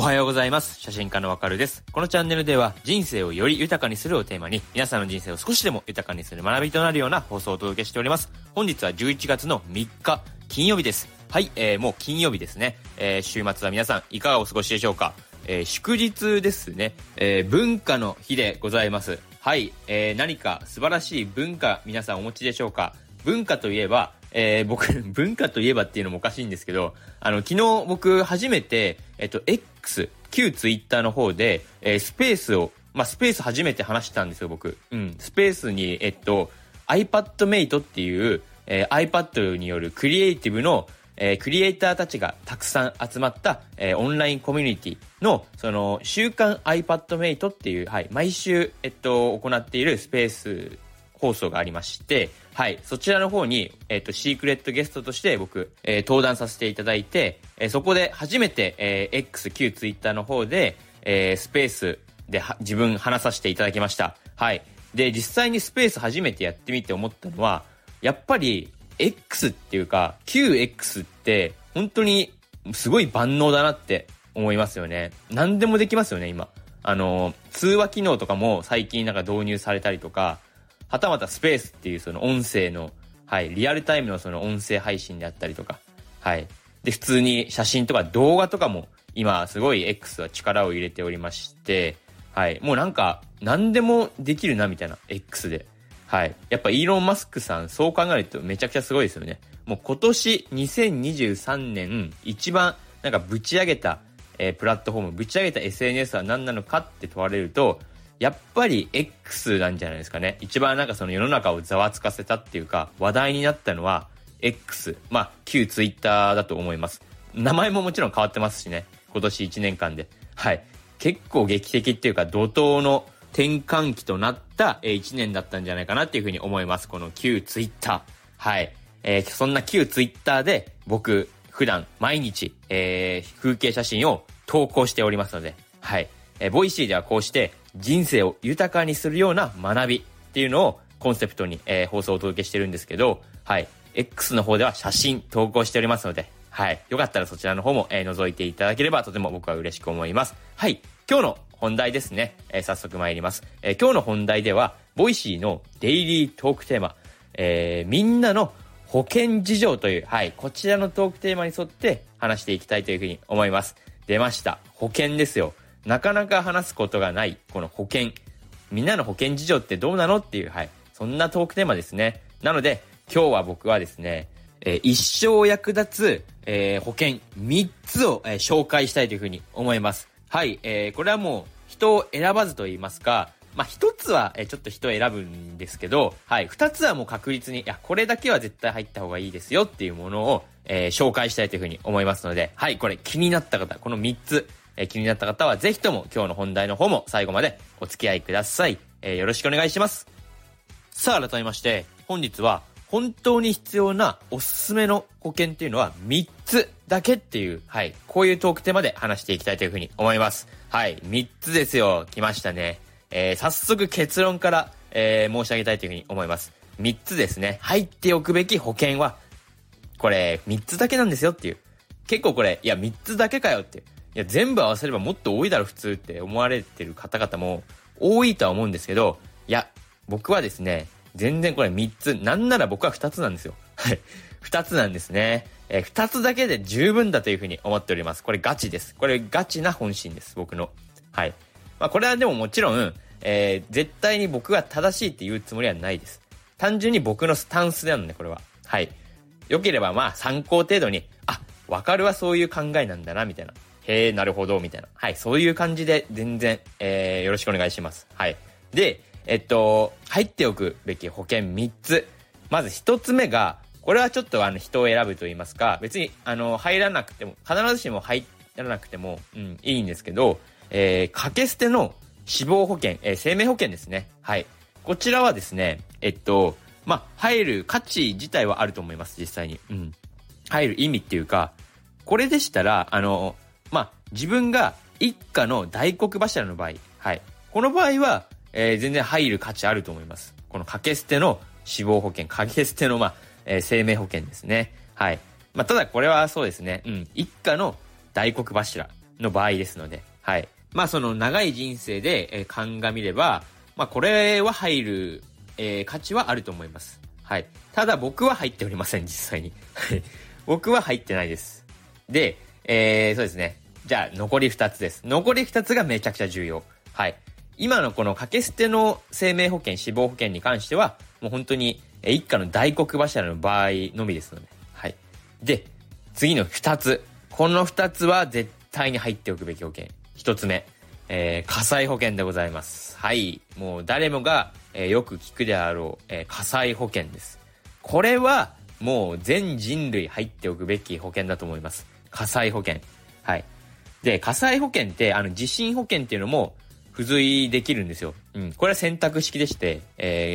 はようございます。写真家のわかるです。このチャンネルでは人生をより豊かにするをテーマに皆さんの人生を少しでも豊かにする学びとなるような放送をお届けしております。本日は11月の3日金曜日です。はい、もう金曜日ですね。週末は皆さんいかがお過ごしでしょうか。祝日ですね。文化の日でございます。はい、何か素晴らしい文化皆さんお持ちでしょうか。文化といえば僕文化といえばっていうのもおかしいんですけど、昨日僕初めてX 旧ツイッターの方で、スペース初めて話したんですよ僕。スペースにiPadMate っていう、iPad によるクリエイティブのクリエイターたちがたくさん集まった、オンラインコミュニティのその週刊 iPadMate っていう、毎週行っているスペース放送がありまして、そちらの方にシークレットゲストとして僕、登壇させていただいて、そこで初めて、X 旧ツイッターの方で、スペースで自分話させていただきました。で実際にスペース初めてやってみて思ったのは、やっぱり X っていうか旧 X って本当にすごい万能だなって思いますよね。何でもできますよね今。通話機能とかも最近なんか導入されたりとか、はたまたスペースっていうその音声の、リアルタイムのその音声配信であったりとか、で普通に写真とか動画とかも今すごい X は力を入れておりまして、もうなんか何でもできるなみたいな X で、やっぱイーロン・マスクさんそう考えるとめちゃくちゃすごいですよね。もう今年2023年一番なんかぶち上げた、プラットフォーム、ぶち上げた SNS は何なのかって問われると、やっぱり X なんじゃないですかね。一番なんかその世の中をざわつかせたっていうか話題になったのは X、旧ツイッターだと思います。名前ももちろん変わってますしね、今年1年間で。結構劇的っていうか怒涛の転換期となった1年だったんじゃないかなっていうふうに思います。この旧ツイッター。そんな旧ツイッターで僕普段毎日、風景写真を投稿しておりますので、ボイシーではこうして人生を豊かにするような学びっていうのをコンセプトに、放送をお届けしてるんですけど、X の方では写真投稿しておりますので、よかったらそちらの方も、覗いていただければとても僕は嬉しく思います。今日の本題ですね。早速参ります。今日の本題ではボイシーのデイリートークテーマ、みんなの保険事情という、こちらのトークテーマに沿って話していきたいというふうに思います。出ました。保険ですよ。なかなか話すことがないこの保険、みんなの保険事情ってどうなのっていう、そんなトークテーマですね。なので今日は僕はですね、一生役立つ、保険3つを、紹介したいというふうに思います。これはもう人を選ばずと言いますか、1つは、ちょっと人を選ぶんですけど、2つはもう確実に、いやこれだけは絶対入った方がいいですよっていうものを、紹介したいというふうに思いますので、これ気になった方、この3つ気になった方はぜひとも今日の本題の方も最後までお付き合いください。よろしくお願いします。さあ改めまして本日は本当に必要なおすすめの保険っていうのは3つだけっていう、こういうトークテーマで話していきたいというふうに思います。3つですよ。来ましたね。早速結論から、申し上げたいというふうに思います。3つですね。入っておくべき保険はこれ3つだけなんですよっていう。結構これいや3つだけかよっていう、いや全部合わせればもっと多いだろ普通って思われてる方々も多いとは思うんですけど、いや僕はですね全然これ3つ、なんなら僕は2つなんですよ。2つなんですね。2つだけで十分だというふうに思っております。これガチです。これガチな本心です僕の。これはでももちろん、絶対に僕が正しいって言うつもりはないです。単純に僕のスタンスなのでこれは。よければ参考程度に、わかるはそういう考えなんだなみたいな、へーなるほどみたいな、そういう感じで全然、よろしくお願いします。で入っておくべき保険3つ。まず1つ目が、これはちょっと人を選ぶと言いますか、別に入らなくても、必ずしも入らなくても、いいんですけど、掛け捨ての死亡保険、生命保険ですね。こちらはですね入る価値自体はあると思います実際に。入る意味っていうか、これでしたら自分が一家の大黒柱の場合、この場合は、全然入る価値あると思います。この掛け捨ての死亡保険、掛け捨ての生命保険ですね。ただこれはそうですね、一家の大黒柱、 の場合ですので、はい。まあその長い人生で、鑑みれば、まあこれは入る、価値はあると思います。はい。ただ僕は入っておりません、実際に。はい。僕は入ってないです。で、そうですね。じゃあ残り2つです。残り2つがめちゃくちゃ重要。はい。今のこの掛け捨ての生命保険、死亡保険に関しては、もう本当に一家の大黒柱の場合のみですので。はい。で、次の2つ。この2つは絶対に入っておくべき保険。1つ目、火災保険でございます。はい。もう誰もが、よく聞くであろう、火災保険です。これはもう全人類入っておくべき保険だと思います。火災保険。はい。で、火災保険って、地震保険っていうのも付随できるんですよ。うん。これは選択式でして、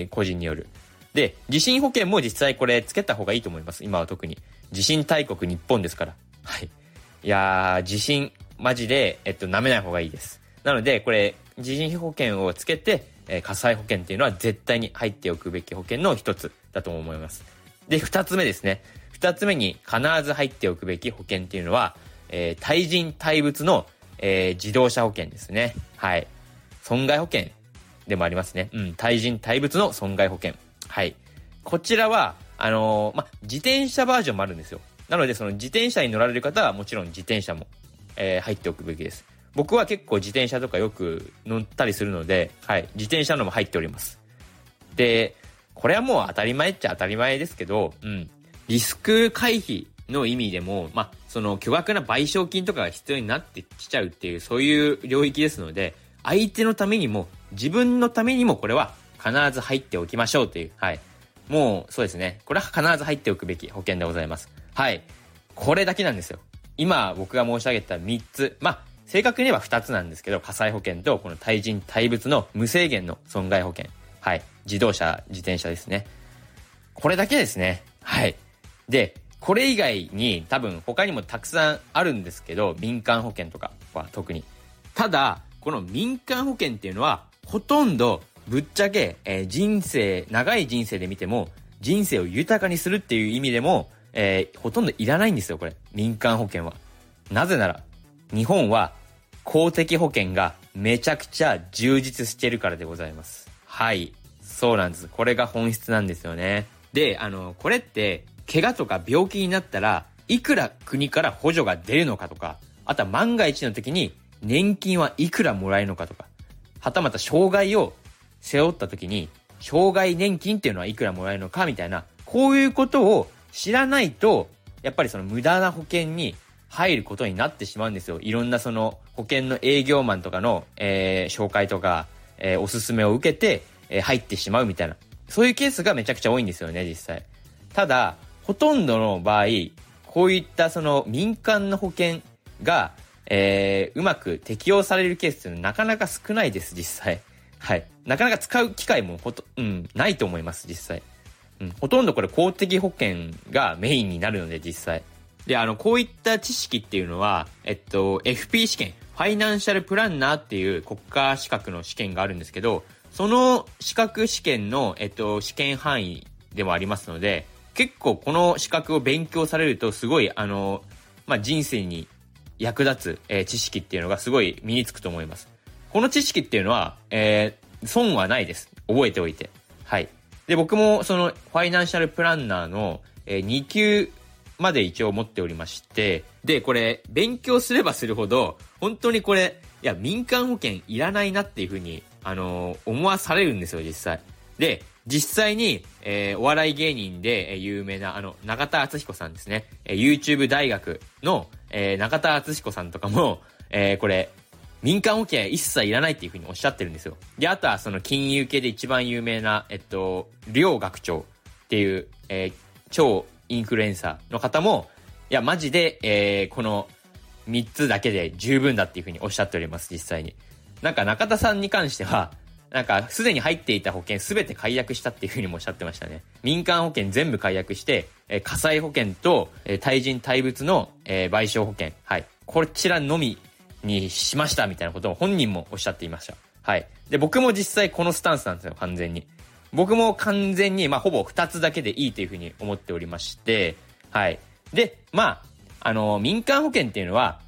個人による。で、地震保険も実際これつけた方がいいと思います。今は特に。地震大国日本ですから。はい。いやー、地震、マジで、舐めない方がいいです。なので、これ、地震保険をつけて、火災保険っていうのは絶対に入っておくべき保険の一つだと思います。で、二つ目ですね。二つ目に必ず入っておくべき保険っていうのは、対人対物の、自動車保険ですね。はい。損害保険でもありますね。うん。対人対物の損害保険。はい。こちらは、自転車バージョンもあるんですよ。なので、その自転車に乗られる方はもちろん自転車も、入っておくべきです。僕は結構自転車とかよく乗ったりするので、はい。自転車のも入っております。で、これはもう当たり前っちゃ当たり前ですけど、うん。リスク回避の意味でも、その巨額な賠償金とかが必要になってきちゃうっていう、そういう領域ですので、相手のためにも、自分のためにもこれは必ず入っておきましょうという、はい。もう、そうですね。これは必ず入っておくべき保険でございます。はい。これだけなんですよ。今、僕が申し上げた3つ。正確に言えば2つなんですけど、火災保険と、この対人対物の無制限の損害保険。はい。自動車、自転車ですね。これだけですね。はい。で、これ以外に多分他にもたくさんあるんですけど、民間保険とかは特に。ただ、この民間保険っていうのは、ほとんどぶっちゃけ、長い人生で見ても、人生を豊かにするっていう意味でも、ほとんどいらないんですよ、これ。民間保険は。なぜなら、日本は公的保険がめちゃくちゃ充実してるからでございます。はい。そうなんです。これが本質なんですよね。で、これって、怪我とか病気になったら、いくら国から補助が出るのかとか、あとは万が一の時に年金はいくらもらえるのかとか、はたまた障害を背負った時に、障害年金っていうのはいくらもらえるのかみたいな、こういうことを知らないと、やっぱりその無駄な保険に入ることになってしまうんですよ。いろんなその保険の営業マンとかの、紹介とか、おすすめを受けて、入ってしまうみたいな。そういうケースがめちゃくちゃ多いんですよね、実際。ただ、ほとんどの場合、こういったその民間の保険が、うまく適用されるケースっていうのはなかなか少ないです、実際。はい。なかなか使う機会もないと思います、実際。ほとんどこれ公的保険がメインになるので、実際。で、こういった知識っていうのは、FP 試験、ファイナンシャルプランナーっていう国家資格の試験があるんですけど、その資格試験の、試験範囲でもありますので、結構この資格を勉強されるとすごい、人生に役立つ、知識っていうのがすごい身につくと思います。この知識っていうのは、損はないです。覚えておいて。はい。で、僕もそのファイナンシャルプランナーの、2級まで一応持っておりまして、で、これ勉強すればするほど、本当にこれ、いや、民間保険いらないなっていうふうに、思わされるんですよ、実際。で、実際に、お笑い芸人で有名な中田敦彦さんですね。YouTube 大学の、中田敦彦さんとかも、これ、民間保険は一切いらないっていうふうにおっしゃってるんですよ。で、あとはその金融系で一番有名な、両学長っていう、超インフルエンサーの方も、いや、マジで、この3つだけで十分だっていうふうにおっしゃっております、実際に。なんか中田さんに関しては、なんかすでに入っていた保険すべて解約したっていうふうにもおっしゃってましたね。民間保険全部解約して、火災保険と、対人対物の、賠償保険。はい。こちらのみにしましたみたいなことを本人もおっしゃっていました。はい。で、僕も実際このスタンスなんですよ、完全に。僕も完全に、ほぼ2つだけでいいというふうに思っておりまして、はい。で、民間保険っていうのは、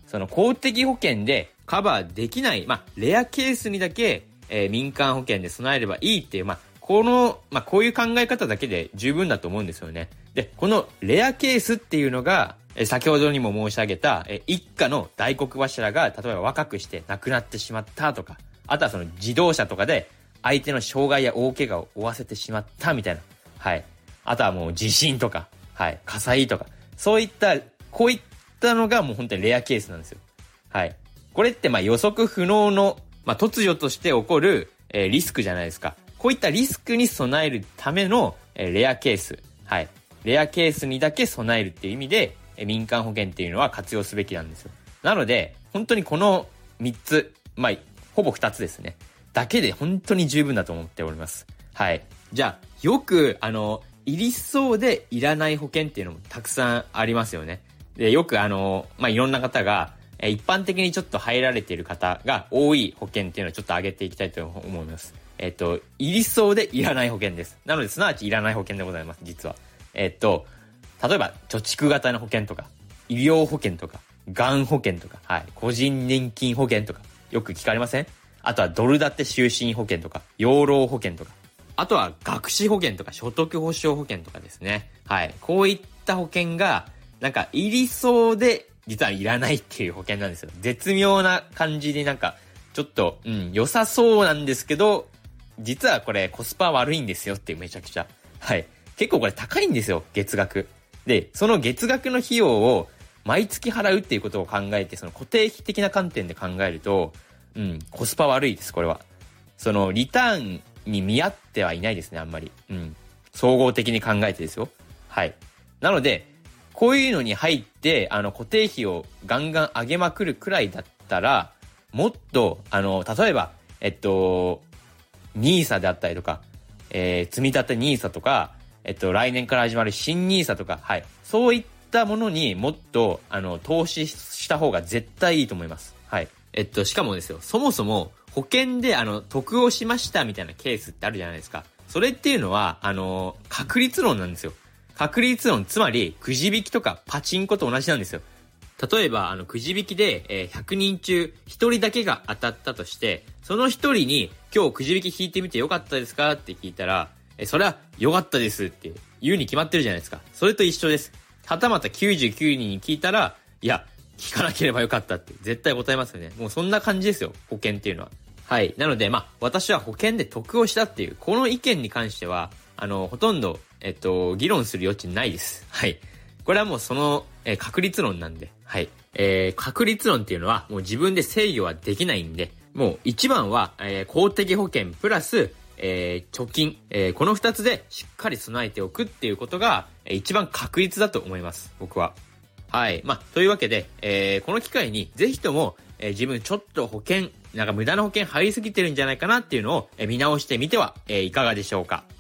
その公的保険でカバーできない、レアケースにだけ、民間保険で備えればいいっていう、こういう考え方だけで十分だと思うんですよね。で、このレアケースっていうのが、先ほどにも申し上げた、一家の大黒柱が、例えば若くして亡くなってしまったとか、あとはその自動車とかで相手の障害や大怪我を負わせてしまったみたいな。はい。あとはもう地震とか、はい。火災とか、そういった、こういったのがもう本当にレアケースなんですよ。はい。これって予測不能の、突如として起こる、リスクじゃないですか。こういったリスクに備えるための、レアケース。はい。レアケースにだけ備えるっていう意味で、民間保険っていうのは活用すべきなんですよ。なので、本当にこの3つ、ほぼ2つですね。だけで本当に十分だと思っております。はい。じゃあ、よく、いりそうでいらない保険っていうのもたくさんありますよね。で、よくいろんな方が、一般的にちょっと入られている方が多い保険っていうのをちょっと挙げていきたいと思います。いりそうでいらない保険です。なので、すなわちいらない保険でございます、実は。例えば、貯蓄型の保険とか、医療保険とか、がん保険とか、はい、個人年金保険とか、よく聞かれません？あとはドル建て就寝保険とか、養老保険とか、あとは学資保険とか、所得保障保険とかですね。はい。こういった保険が、いりそうで、実はいらないっていう保険なんですよ。絶妙な感じでちょっと、良さそうなんですけど、実はこれコスパ悪いんですよっていうめちゃくちゃ。はい。結構これ高いんですよ、月額。で、その月額の費用を毎月払うっていうことを考えて、その固定費的な観点で考えると、コスパ悪いです、これは。そのリターンに見合ってはいないですね、あんまり。総合的に考えてですよ。はい。なので、こういうのに入って、固定費をガンガン上げまくるくらいだったら、もっと、例えば、NISA であったりとか、積み立て NISA とか、来年から始まる新 NISA とか、はい。そういったものにもっと、投資した方が絶対いいと思います。はい。しかもですよ、そもそも保険で得をしましたみたいなケースってあるじゃないですか。それっていうのは、確率論なんですよ。確率論、つまり、くじ引きとかパチンコと同じなんですよ。例えば、くじ引きで、100人中1人だけが当たったとして、その1人に、今日くじ引き引いてみてよかったですかって聞いたら、それは良かったですって言うに決まってるじゃないですか。それと一緒です。はたまた99人に聞いたら、いや、聞かなければよかったって絶対答えますよね。もうそんな感じですよ、保険っていうのは。はい。なので、私は保険で得をしたっていう、この意見に関しては、ほとんど、議論する余地ないです。はい。これはもうその、確率論なんで、はい。確率論っていうのは、もう自分で制御はできないんで、もう一番は、公的保険プラス、貯金、この二つでしっかり備えておくっていうことが、一番確率だと思います、僕は。はい。というわけで、この機会にぜひとも、自分ちょっと保険、無駄な保険入りすぎてるんじゃないかなっていうのを、見直してみては、いかがでしょうか。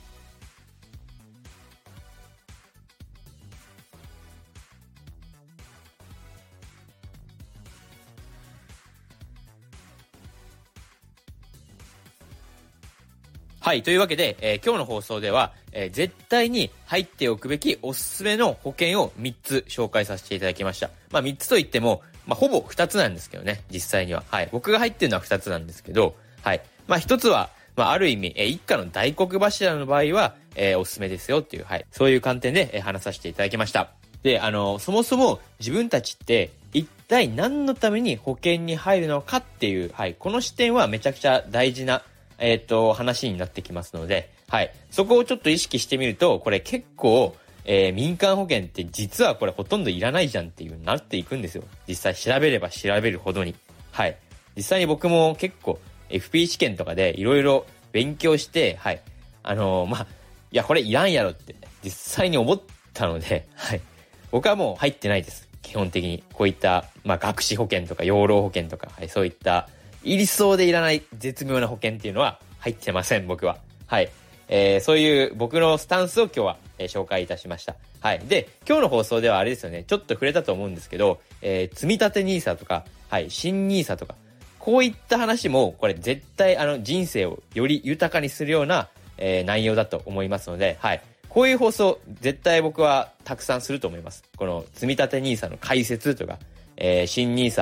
はい。というわけで、今日の放送では、絶対に入っておくべきおすすめの保険を3つ紹介させていただきました。3つといっても、ほぼ2つなんですけどね、実際には。はい。僕が入ってるのは2つなんですけど、はい。1つは、ある意味、一家の大黒柱の場合は、おすすめですよっていう、はい。そういう観点で、話させていただきました。で、そもそも自分たちって、一体何のために保険に入るのかっていう、はい。この視点はめちゃくちゃ大事な話になってきますので、はい。そこをちょっと意識してみると、これ結構、民間保険って実はこれほとんどいらないじゃんっていう風になっていくんですよ。実際調べれば調べるほどに。はい。実際に僕も結構 FP 試験とかでいろいろ勉強して、はい。いや、これいらんやろって実際に思ったので、はい。僕はもう入ってないです。基本的に。こういった、学資保険とか養老保険とか、はい。そういった、いりそうでいらない絶妙な保険っていうのは入ってません、僕は。はい。そういう僕のスタンスを今日は、紹介いたしました。はい。で、今日の放送ではあれですよね、ちょっと触れたと思うんですけど、積み立て NISA とか、はい、新 NISA とか、こういった話も、これ絶対人生をより豊かにするような、内容だと思いますので、はい。こういう放送、絶対僕はたくさんすると思います。この積み立て NISA の解説とか、新 NISA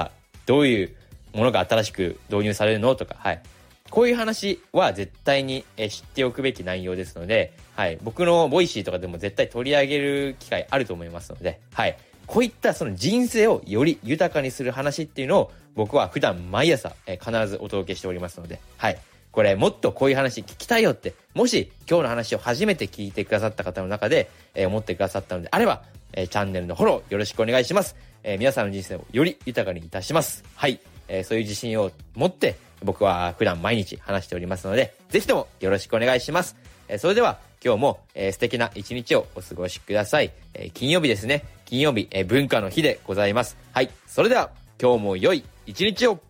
どういうものが新しく導入されるのとか、はい。こういう話は絶対に知っておくべき内容ですので、はい。僕のボイシーとかでも絶対取り上げる機会あると思いますので、はい。こういったその人生をより豊かにする話っていうのを僕は普段毎朝必ずお届けしておりますので、はい。これもっとこういう話聞きたいよって、もし今日の話を初めて聞いてくださった方の中で思ってくださったのであれば、チャンネルのフォローよろしくお願いします。皆さんの人生をより豊かにいたします。はい。そういう自信を持って僕は普段毎日話しておりますので、ぜひともよろしくお願いします。それでは今日も素敵な一日をお過ごしください。金曜日ですね。金曜日文化の日でございます。はい。それでは今日も良い一日を。